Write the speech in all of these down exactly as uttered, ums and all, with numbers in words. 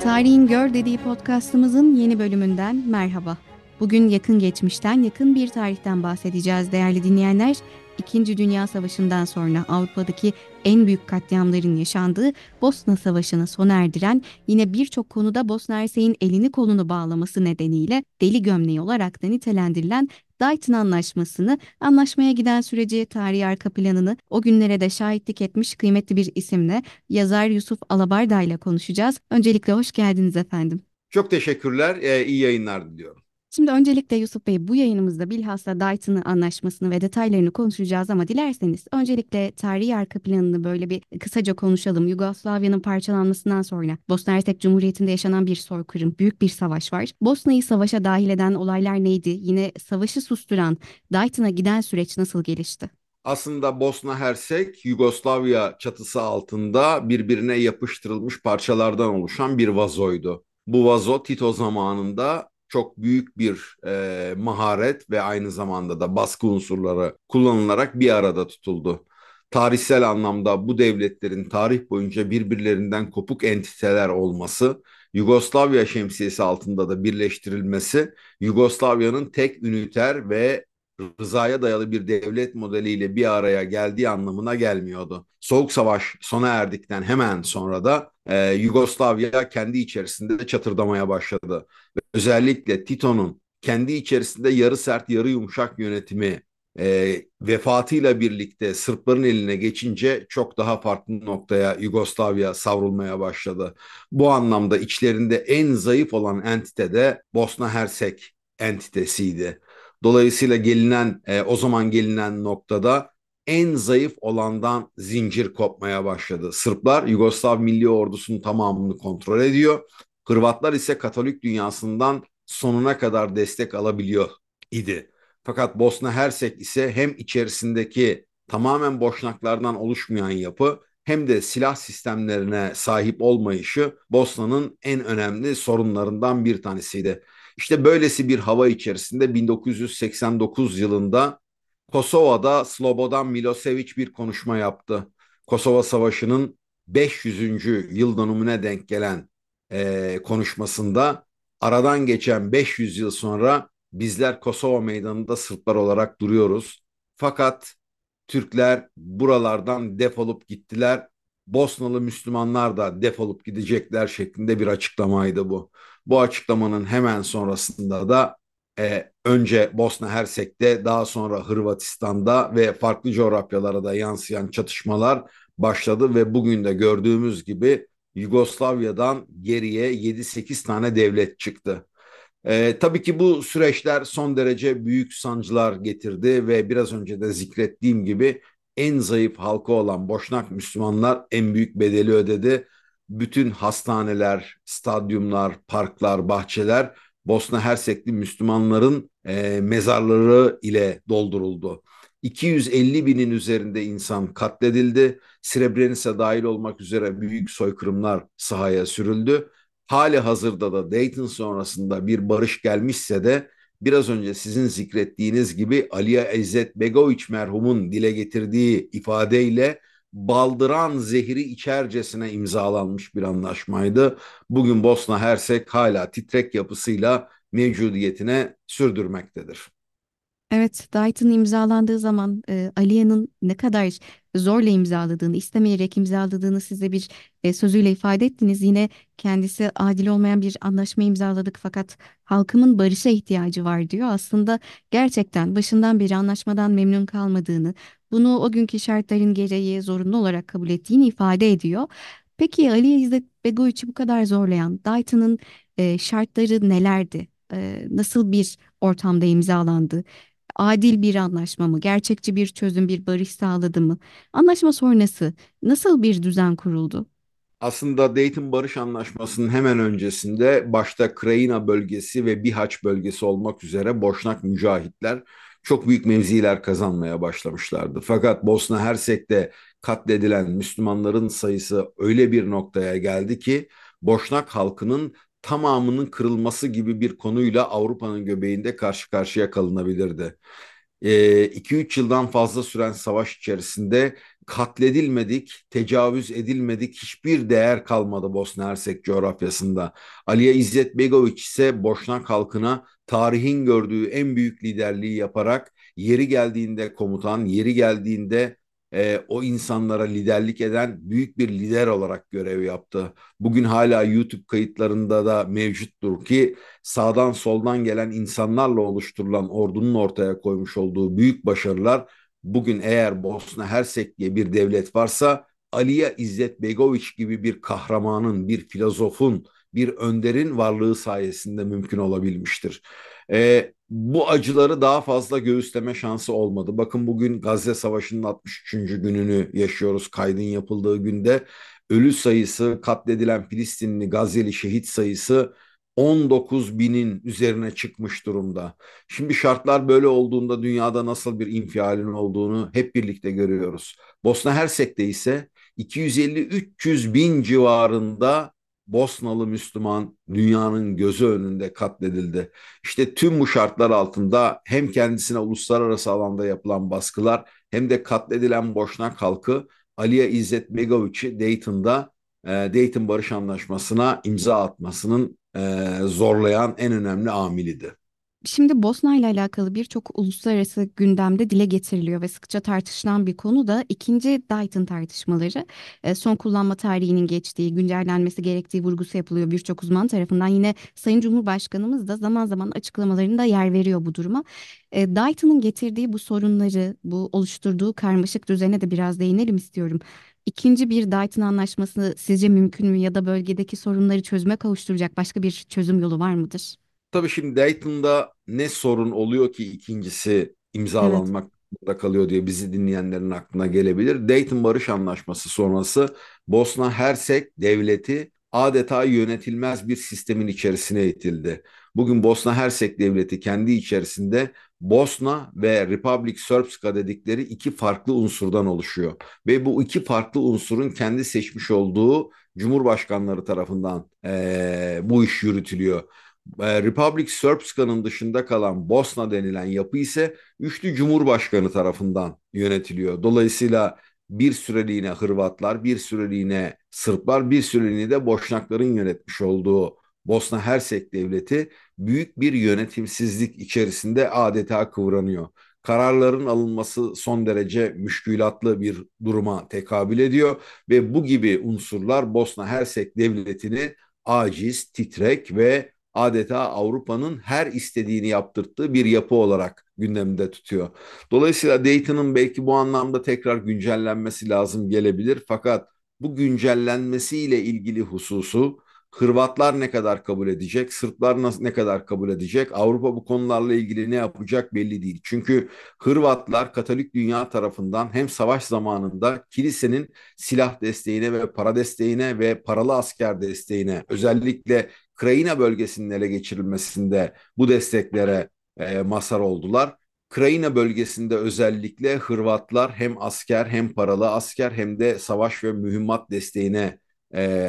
Tarihin Gör dediği podcastımızın yeni bölümünden merhaba. Bugün yakın geçmişten, yakın bir tarihten bahsedeceğiz değerli dinleyenler. İkinci Dünya Savaşı'ndan sonra Avrupa'daki en büyük katliamların yaşandığı Bosna Savaşı'nı sona erdiren, yine birçok konuda Bosna Hersek'in elini kolunu bağlaması nedeniyle deli gömleği olarak da nitelendirilen Dayton Anlaşması'nı, anlaşmaya giden süreci, tarihi arka planını, o günlere de şahitlik etmiş kıymetli bir isimle, yazar Yusuf Alabarda ile konuşacağız. Öncelikle hoş geldiniz efendim. Çok teşekkürler. Ee, iyi yayınlar diliyorum. Şimdi öncelikle Yusuf Bey, bu yayınımızda bilhassa Dayton Anlaşması'nı ve detaylarını konuşacağız ama dilerseniz öncelikle tarihi arka planını böyle bir kısaca konuşalım. Yugoslavya'nın parçalanmasından sonra Bosna Hersek Cumhuriyeti'nde yaşanan bir soykırım, büyük bir savaş var. Bosna'yı savaşa dahil eden olaylar neydi? Yine savaşı susturan Dayton'a giden süreç nasıl gelişti? Aslında Bosna Hersek, Yugoslavya çatısı altında birbirine yapıştırılmış parçalardan oluşan bir vazoydu. Bu vazo Tito zamanında çok büyük bir e, maharet ve aynı zamanda da baskı unsurları kullanılarak bir arada tutuldu. Tarihsel anlamda bu devletlerin tarih boyunca birbirlerinden kopuk entiteler olması, Yugoslavya şemsiyesi altında da birleştirilmesi, Yugoslavya'nın tek üniter ve rızaya dayalı bir devlet modeliyle bir araya geldiği anlamına gelmiyordu. Soğuk Savaş sona erdikten hemen sonra da e, Yugoslavya kendi içerisinde çatırdamaya başladı. Ve özellikle Tito'nun kendi içerisinde yarı sert yarı yumuşak yönetimi e, vefatıyla birlikte Sırpların eline geçince çok daha farklı noktaya Yugoslavya savrulmaya başladı. Bu anlamda içlerinde en zayıf olan entite de Bosna Hersek entitesiydi. Dolayısıyla gelinen e, o zaman gelinen noktada en zayıf olandan zincir kopmaya başladı. Sırplar Yugoslav Milli Ordusu'nun tamamını kontrol ediyor. Hırvatlar ise Katolik dünyasından sonuna kadar destek alabiliyor idi. Fakat Bosna Hersek ise hem içerisindeki tamamen boşnaklardan oluşmayan yapı hem de silah sistemlerine sahip olmayışı Bosna'nın en önemli sorunlarından bir tanesiydi. İşte böylesi bir hava içerisinde bin dokuz yüz seksen dokuz yılında Kosova'da Slobodan Milosevic bir konuşma yaptı. Kosova Savaşı'nın beş yüzüncü yıl dönümüne denk gelen e, konuşmasında aradan geçen beş yüz yıl sonra bizler Kosova meydanında Sırplar olarak duruyoruz. Fakat Türkler buralardan defolup gittiler. Bosnalı Müslümanlar da defolup gidecekler şeklinde bir açıklamaydı bu. Bu açıklamanın hemen sonrasında da e, önce Bosna Hersek'te daha sonra Hırvatistan'da ve farklı coğrafyalara da yansıyan çatışmalar başladı ve bugün de gördüğümüz gibi Yugoslavya'dan geriye yedi sekiz tane devlet çıktı. Ee, tabii ki bu süreçler son derece büyük sancılar getirdi ve biraz önce de zikrettiğim gibi en zayıf halka olan Boşnak Müslümanlar en büyük bedeli ödedi. Bütün hastaneler, stadyumlar, parklar, bahçeler Bosna Hersekli Müslümanların e, mezarları ile dolduruldu. iki yüz elli binin üzerinde insan katledildi. Srebrenica dahil olmak üzere büyük soykırımlar sahaya sürüldü. Hali hazırda da Dayton sonrasında bir barış gelmişse de biraz önce sizin zikrettiğiniz gibi Aliya İzzet Begoviç merhumun dile getirdiği ifadeyle baldıran zehri içercesine imzalanmış bir anlaşmaydı. Bugün Bosna Hersek hala titrek yapısıyla mevcudiyetine sürdürmektedir. Evet, Dayton imzalandığı zaman e, Aliya'nın ne kadar zorla imzaladığını, istemeyerek imzaladığını size bir e, sözüyle ifade ettiniz. Yine kendisi adil olmayan bir anlaşma imzaladık fakat halkımın barışa ihtiyacı var diyor. Aslında gerçekten başından beri anlaşmadan memnun kalmadığını, bunu o günkü şartların gereği zorunlu olarak kabul ettiğini ifade ediyor. Peki Aliye İzzet Begoviç'i bu kadar zorlayan Dayton'ın e, şartları nelerdi? E, nasıl bir ortamda imzalandı? Adil bir anlaşma mı? Gerçekçi bir çözüm, bir barış sağladı mı? Anlaşma sonrası nasıl bir düzen kuruldu? Aslında Dayton Barış Anlaşması'nın hemen öncesinde başta Krajina bölgesi ve Bihaç bölgesi olmak üzere Boşnak mücahitler çok büyük mevziler kazanmaya başlamışlardı. Fakat Bosna Hersek'te katledilen Müslümanların sayısı öyle bir noktaya geldi ki Boşnak halkının tamamının kırılması gibi bir konuyla Avrupa'nın göbeğinde karşı karşıya kalınabilirdi. iki üç yıldan fazla süren savaş içerisinde katledilmedik, tecavüz edilmedik, hiçbir değer kalmadı Bosna Hersek coğrafyasında. Aliye İzzet Begoviç ise Boşnak halkına tarihin gördüğü en büyük liderliği yaparak yeri geldiğinde komutan, yeri geldiğinde e, o insanlara liderlik eden büyük bir lider olarak görev yaptı. Bugün hala YouTube kayıtlarında da mevcuttur ki sağdan soldan gelen insanlarla oluşturulan ordunun ortaya koymuş olduğu büyük başarılar bugün eğer Bosna Hersek diye bir devlet varsa Aliya İzzet Begoviç gibi bir kahramanın, bir filozofun, bir önderin varlığı sayesinde mümkün olabilmiştir. Ee, bu acıları daha fazla göğüsleme şansı olmadı. Bakın bugün Gazze Savaşı'nın altmış üçüncü gününü yaşıyoruz kaydın yapıldığı günde. Ölü sayısı, katledilen Filistinli, Gazze'li şehit sayısı on dokuz binin üzerine çıkmış durumda. Şimdi şartlar böyle olduğunda dünyada nasıl bir infialin olduğunu hep birlikte görüyoruz. Bosna Hersek'te ise iki yüz elli üç yüz bin civarında Bosnalı Müslüman dünyanın gözü önünde katledildi. İşte tüm bu şartlar altında hem kendisine uluslararası alanda yapılan baskılar hem de katledilen Boşnak halkı Aliye İzzet Begoviç'i Dayton'da e, Dayton Barış Anlaşması'na imza atmasının e, zorlayan en önemli amiliydi. Şimdi Bosna ile alakalı birçok uluslararası gündemde dile getiriliyor ve sıkça tartışılan bir konu da ikinci Dayton tartışmaları. E, son kullanma tarihinin geçtiği, güncellenmesi gerektiği vurgusu yapılıyor birçok uzman tarafından. Yine Sayın Cumhurbaşkanımız da zaman zaman açıklamalarında yer veriyor bu duruma. E, Dayton'un getirdiği bu sorunları, bu oluşturduğu karmaşık düzene de biraz değinelim istiyorum. İkinci bir Dayton anlaşması sizce mümkün mü ya da bölgedeki sorunları çözüme kavuşturacak başka bir çözüm yolu var mıdır? Tabii şimdi Dayton'da ne sorun oluyor ki ikincisi Evet. imzalanmak da kalıyor diye bizi dinleyenlerin aklına gelebilir. Dayton Barış Anlaşması sonrası Bosna Hersek devleti adeta yönetilmez bir sistemin içerisine itildi. Bugün Bosna Hersek devleti kendi içerisinde Bosna ve Republic Srpska dedikleri iki farklı unsurdan oluşuyor. Ve bu iki farklı unsurun kendi seçmiş olduğu cumhurbaşkanları tarafından eee, bu iş yürütülüyor. e, Republic Srpska'nın dışında kalan Bosna denilen yapı ise üçlü Cumhurbaşkanı tarafından yönetiliyor. Dolayısıyla bir süreliğine Hırvatlar, bir süreliğine Sırplar, bir süreliğine de Boşnakların yönetmiş olduğu Bosna Hersek Devleti büyük bir yönetimsizlik içerisinde adeta kıvranıyor. Kararların alınması son derece müşkülatlı bir duruma tekabül ediyor ve bu gibi unsurlar Bosna Hersek Devleti'ni aciz, titrek ve adeta Avrupa'nın her istediğini yaptırttığı bir yapı olarak gündeminde tutuyor. Dolayısıyla Dayton'ın belki bu anlamda tekrar güncellenmesi lazım gelebilir. Fakat bu güncellenmesiyle ilgili hususu Hırvatlar ne kadar kabul edecek, Sırplar nasıl, ne kadar kabul edecek, Avrupa bu konularla ilgili ne yapacak belli değil. Çünkü Hırvatlar Katolik dünya tarafından hem savaş zamanında kilisenin silah desteğine ve para desteğine ve paralı asker desteğine özellikle Krayina bölgesinin ele geçirilmesinde bu desteklere e, mazhar oldular. Krayina bölgesinde özellikle Hırvatlar hem asker hem paralı asker hem de savaş ve mühimmat desteğine e,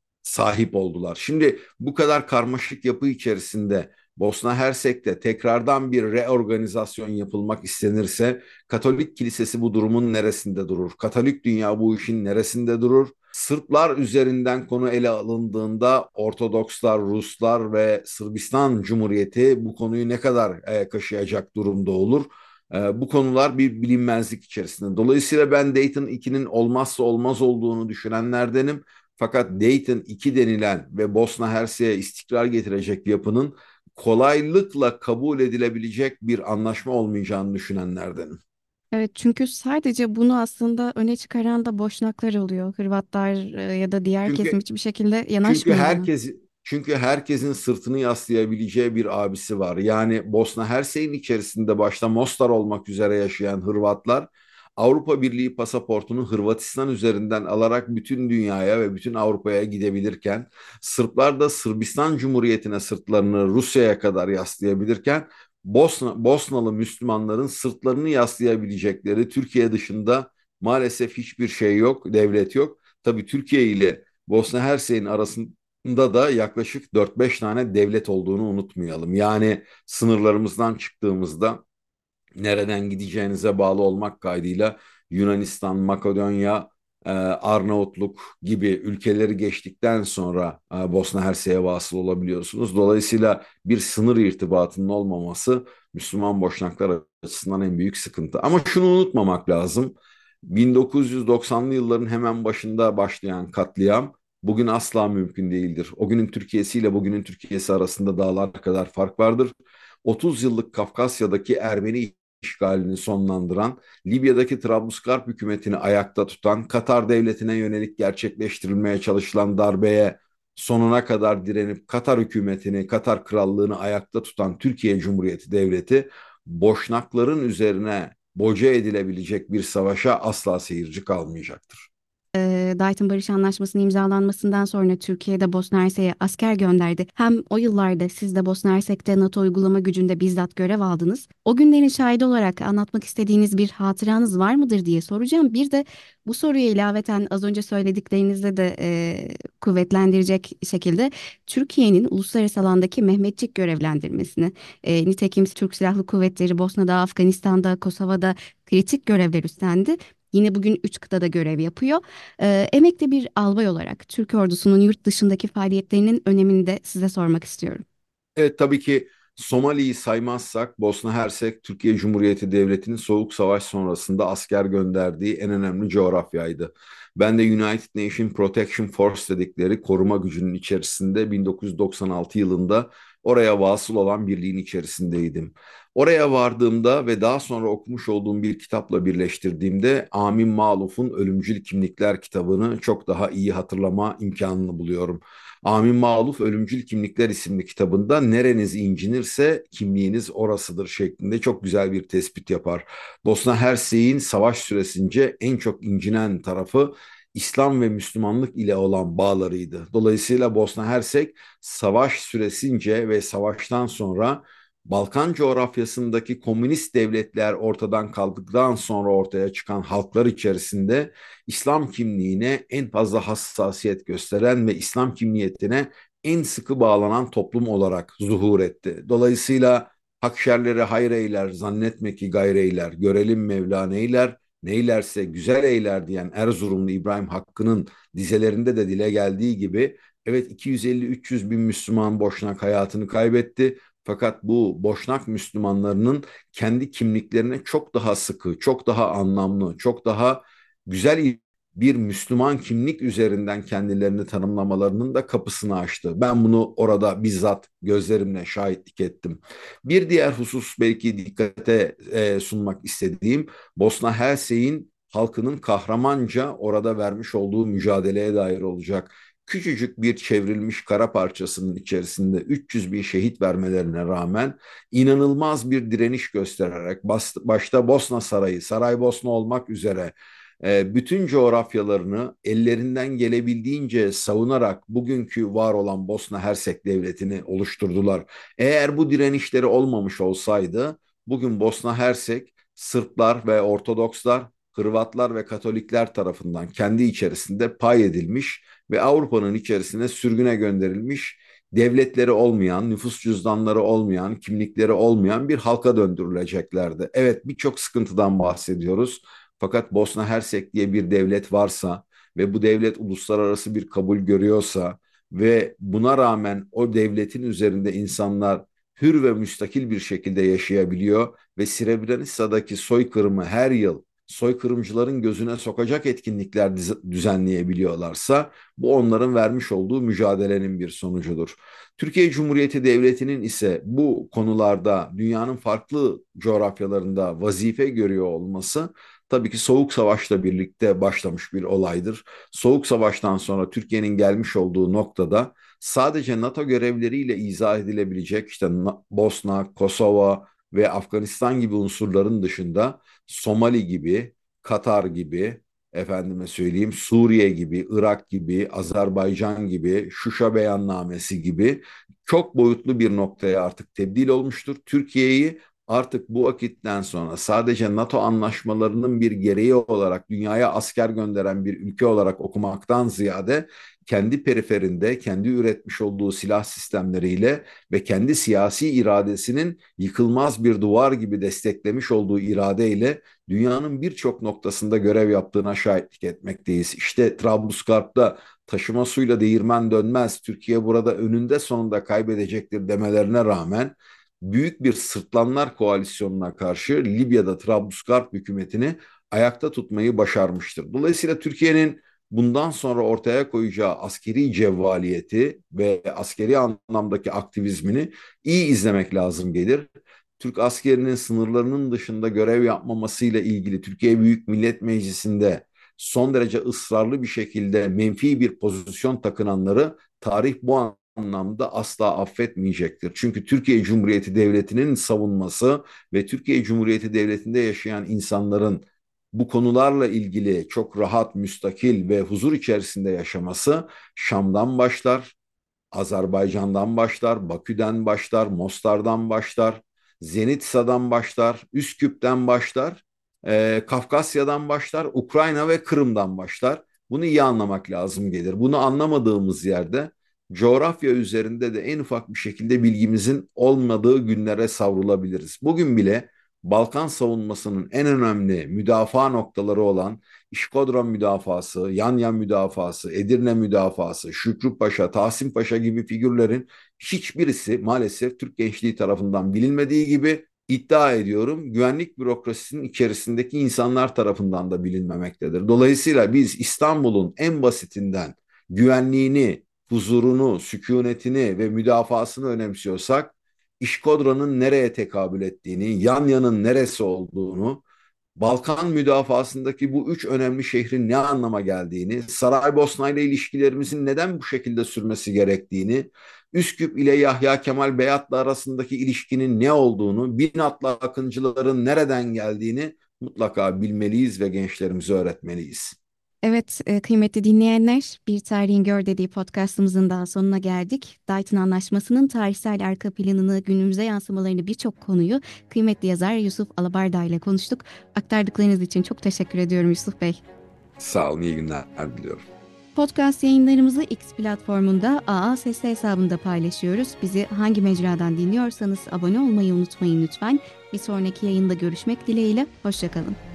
sahip oldular. Şimdi bu kadar karmaşık yapı içerisinde Bosna Hersek'te tekrardan bir reorganizasyon yapılmak istenirse Katolik Kilisesi bu durumun neresinde durur? Katolik dünya bu işin neresinde durur? Sırplar üzerinden konu ele alındığında Ortodokslar, Ruslar ve Sırbistan Cumhuriyeti bu konuyu ne kadar e, kaşıyacak durumda olur? E, bu konular bir bilinmezlik içerisinde. Dolayısıyla ben Dayton ikinin olmazsa olmaz olduğunu düşünenlerdenim. Fakat Dayton iki denilen ve Bosna Hersek'e istikrar getirecek yapının kolaylıkla kabul edilebilecek bir anlaşma olmayacağını düşünenlerdenim. Evet, çünkü sadece bunu aslında öne çıkaran da Boşnaklar oluyor. Hırvatlar e, ya da diğer kesim Çünkü hiçbir şekilde Çünkü yanaşmıyor buna. herkes çünkü herkesin sırtını yaslayabileceği bir abisi var. Yani Bosna Hersek'in içerisinde başta Mostar olmak üzere yaşayan Hırvatlar Avrupa Birliği pasaportunu Hırvatistan üzerinden alarak bütün dünyaya ve bütün Avrupa'ya gidebilirken Sırplar da Sırbistan Cumhuriyeti'ne sırtlarını Rusya'ya kadar yaslayabilirken Bosna, Bosnalı Müslümanların sırtlarını yaslayabilecekleri Türkiye dışında maalesef hiçbir şey yok, devlet yok. Tabii Türkiye ile Bosna Hersek'in arasında da yaklaşık dört beş tane devlet olduğunu unutmayalım. Yani sınırlarımızdan çıktığımızda Nereden gideceğinize bağlı olmak kaydıyla Yunanistan, Makedonya, e, Arnavutluk gibi ülkeleri geçtikten sonra e, Bosna Hersek'e vasıl olabiliyorsunuz. Dolayısıyla bir sınır irtibatının olmaması Müslüman Boşnaklar açısından en büyük sıkıntı. Ama şunu unutmamak lazım. bin dokuz yüz doksanlı yılların hemen başında başlayan katliam bugün asla mümkün değildir. O günün Türkiye'si ile bugünün Türkiye'si arasında dağlar kadar fark vardır. otuz yıllık Kafkasya'daki Ermeni işgalini sonlandıran, Libya'daki Trablusgarp hükümetini ayakta tutan, Katar devletine yönelik gerçekleştirilmeye çalışılan darbeye sonuna kadar direnip Katar hükümetini, Katar krallığını ayakta tutan Türkiye Cumhuriyeti Devleti, Boşnakların üzerine boca edilebilecek bir savaşa asla seyirci kalmayacaktır. e, Dayton Barış Anlaşması'nın imzalanmasından sonra Türkiye'de Bosna Hersek'e asker gönderdi. Hem o yıllarda siz de Bosna Hersek'te NATO uygulama gücünde bizzat görev aldınız. O günlerin şahidi olarak anlatmak istediğiniz bir hatıranız var mıdır diye soracağım. Bir de bu soruya ilaveten az önce söylediklerinizde de e, kuvvetlendirecek şekilde Türkiye'nin uluslararası alandaki Mehmetçik görevlendirmesini, e, nitekim Türk Silahlı Kuvvetleri Bosna'da, Afganistan'da, Kosova'da kritik görevler üstlendi. Yine bugün üç kıtada görev yapıyor. Ee, emekli bir albay olarak Türk ordusunun yurt dışındaki faaliyetlerinin önemini de size sormak istiyorum. Evet, tabii ki Somali'yi saymazsak Bosna Hersek Türkiye Cumhuriyeti Devleti'nin Soğuk Savaş sonrasında asker gönderdiği en önemli coğrafyaydı. Ben de United Nation Protection Force dedikleri koruma gücünün içerisinde bin dokuz yüz doksan altı yılında oraya vasıl olan birliğin içerisindeydim. Oraya vardığımda ve daha sonra okumuş olduğum bir kitapla birleştirdiğimde Amin Maluf'un Ölümcül Kimlikler kitabını çok daha iyi hatırlama imkanını buluyorum. Amin Maluf Ölümcül Kimlikler isimli kitabında nereniz incinirse kimliğiniz orasıdır şeklinde çok güzel bir tespit yapar. Bosna Hersek'in savaş süresince en çok incinen tarafı İslam ve Müslümanlık ile olan bağlarıydı. Dolayısıyla Bosna Hersek savaş süresince ve savaştan sonra Balkan coğrafyasındaki komünist devletler ortadan kalktıktan sonra ortaya çıkan halklar içerisinde İslam kimliğine en fazla hassasiyet gösteren ve İslam kimliğine en sıkı bağlanan toplum olarak zuhur etti. Dolayısıyla hakşerleri hayır eyler, zannetme ki gayreyler, görelim Mevla neyler, neylerse güzel eyler diyen Erzurumlu İbrahim Hakkı'nın dizelerinde de dile geldiği gibi, evet, iki yüz elli üç yüz bin Müslüman Boşnak hayatını kaybetti. Fakat bu Boşnak Müslümanlarının kendi kimliklerine çok daha sıkı, çok daha anlamlı, çok daha güzel bir Müslüman kimlik üzerinden kendilerini tanımlamalarının da kapısını açtı. Ben bunu orada bizzat gözlerimle şahitlik ettim. Bir diğer husus belki dikkate e, sunmak istediğim, Bosna Hersek'in halkının kahramanca orada vermiş olduğu mücadeleye dair olacak. Küçücük bir çevrilmiş kara parçasının içerisinde üç yüz bin şehit vermelerine rağmen inanılmaz bir direniş göstererek başta Bosna Sarayı, Saraybosna olmak üzere e, bütün coğrafyalarını ellerinden gelebildiğince savunarak bugünkü var olan Bosna Hersek Devleti'ni oluşturdular. Eğer bu direnişleri olmamış olsaydı bugün Bosna Hersek Sırplar ve Ortodokslar, Hırvatlar ve Katolikler tarafından kendi içerisinde pay edilmiş ve Avrupa'nın içerisine sürgüne gönderilmiş, devletleri olmayan, nüfus cüzdanları olmayan, kimlikleri olmayan bir halka döndürüleceklerdi. Evet, birçok sıkıntıdan bahsediyoruz. Fakat Bosna Hersek diye bir devlet varsa ve bu devlet uluslararası bir kabul görüyorsa ve buna rağmen o devletin üzerinde insanlar hür ve müstakil bir şekilde yaşayabiliyor ve Srebrenica'daki soykırımı her yıl soykırımcıların gözüne sokacak etkinlikler düzenleyebiliyorlarsa bu onların vermiş olduğu mücadelenin bir sonucudur. Türkiye Cumhuriyeti Devleti'nin ise bu konularda dünyanın farklı coğrafyalarında vazife görüyor olması tabii ki Soğuk Savaş'la birlikte başlamış bir olaydır. Soğuk Savaş'tan sonra Türkiye'nin gelmiş olduğu noktada sadece NATO görevleriyle izah edilebilecek işte Bosna, Kosova ve Afganistan gibi unsurların dışında Somali gibi, Katar gibi, efendime söyleyeyim Suriye gibi, Irak gibi, Azerbaycan gibi, Şuşa Beyannamesi gibi çok boyutlu bir noktaya artık tebdil olmuştur. Türkiye'yi artık bu vakitten sonra sadece NATO anlaşmalarının bir gereği olarak dünyaya asker gönderen bir ülke olarak okumaktan ziyade kendi periferinde, kendi üretmiş olduğu silah sistemleriyle ve kendi siyasi iradesinin yıkılmaz bir duvar gibi desteklemiş olduğu iradeyle dünyanın birçok noktasında görev yaptığına şahitlik etmekteyiz. İşte Trablusgarp'ta taşıma suyla değirmen dönmez, Türkiye burada önünde sonunda kaybedecektir demelerine rağmen büyük bir sırtlanlar koalisyonuna karşı Libya'da Trablusgarp hükümetini ayakta tutmayı başarmıştır. Dolayısıyla Türkiye'nin bundan sonra ortaya koyacağı askeri cevvaliyeti ve askeri anlamdaki aktivizmini iyi izlemek lazım gelir. Türk askerinin sınırlarının dışında görev yapmamasıyla ilgili Türkiye Büyük Millet Meclisi'nde son derece ısrarlı bir şekilde menfi bir pozisyon takınanları tarih bu anlamda asla affetmeyecektir. Çünkü Türkiye Cumhuriyeti Devleti'nin savunması ve Türkiye Cumhuriyeti Devleti'nde yaşayan insanların bu konularla ilgili çok rahat, müstakil ve huzur içerisinde yaşaması Şam'dan başlar, Azerbaycan'dan başlar, Bakü'den başlar, Mostar'dan başlar, Zenitsa'dan başlar, Üsküp'ten başlar, e, Kafkasya'dan başlar, Ukrayna ve Kırım'dan başlar. Bunu iyi anlamak lazım gelir. Bunu anlamadığımız yerde coğrafya üzerinde de en ufak bir şekilde bilgimizin olmadığı günlere savrulabiliriz. Bugün bile Balkan savunmasının en önemli müdafaa noktaları olan İşkodra müdafası, Yanya müdafası, Edirne müdafası, Şükrü Paşa, Tahsin Paşa gibi figürlerin hiçbirisi maalesef Türk gençliği tarafından bilinmediği gibi iddia ediyorum güvenlik bürokrasisinin içerisindeki insanlar tarafından da bilinmemektedir. Dolayısıyla biz İstanbul'un en basitinden güvenliğini, huzurunu, sükunetini ve müdafasını önemsiyorsak İşkodra'nın nereye tekabül ettiğini, Yanya'nın neresi olduğunu, Balkan müdafasındaki bu üç önemli şehrin ne anlama geldiğini, Saraybosna ile ilişkilerimizin neden bu şekilde sürmesi gerektiğini, Üsküp ile Yahya Kemal Beyatlı arasındaki ilişkinin ne olduğunu, Binatlı akıncıların nereden geldiğini mutlaka bilmeliyiz ve gençlerimize öğretmeliyiz. Evet, e, kıymetli dinleyenler, Bir Tarihin Gör dediği podcastımızın daha sonuna geldik. Dayton Anlaşması'nın tarihsel arka planını, günümüze yansımalarını birçok konuyu kıymetli yazar Yusuf Alabarda ile konuştuk. Aktardıklarınız için çok teşekkür ediyorum Yusuf Bey. Sağ olun, iyi günler diliyorum. Podcast yayınlarımızı X platformunda A A Sesli hesabında paylaşıyoruz. Bizi hangi mecradan dinliyorsanız abone olmayı unutmayın lütfen. Bir sonraki yayında görüşmek dileğiyle, hoşça kalın.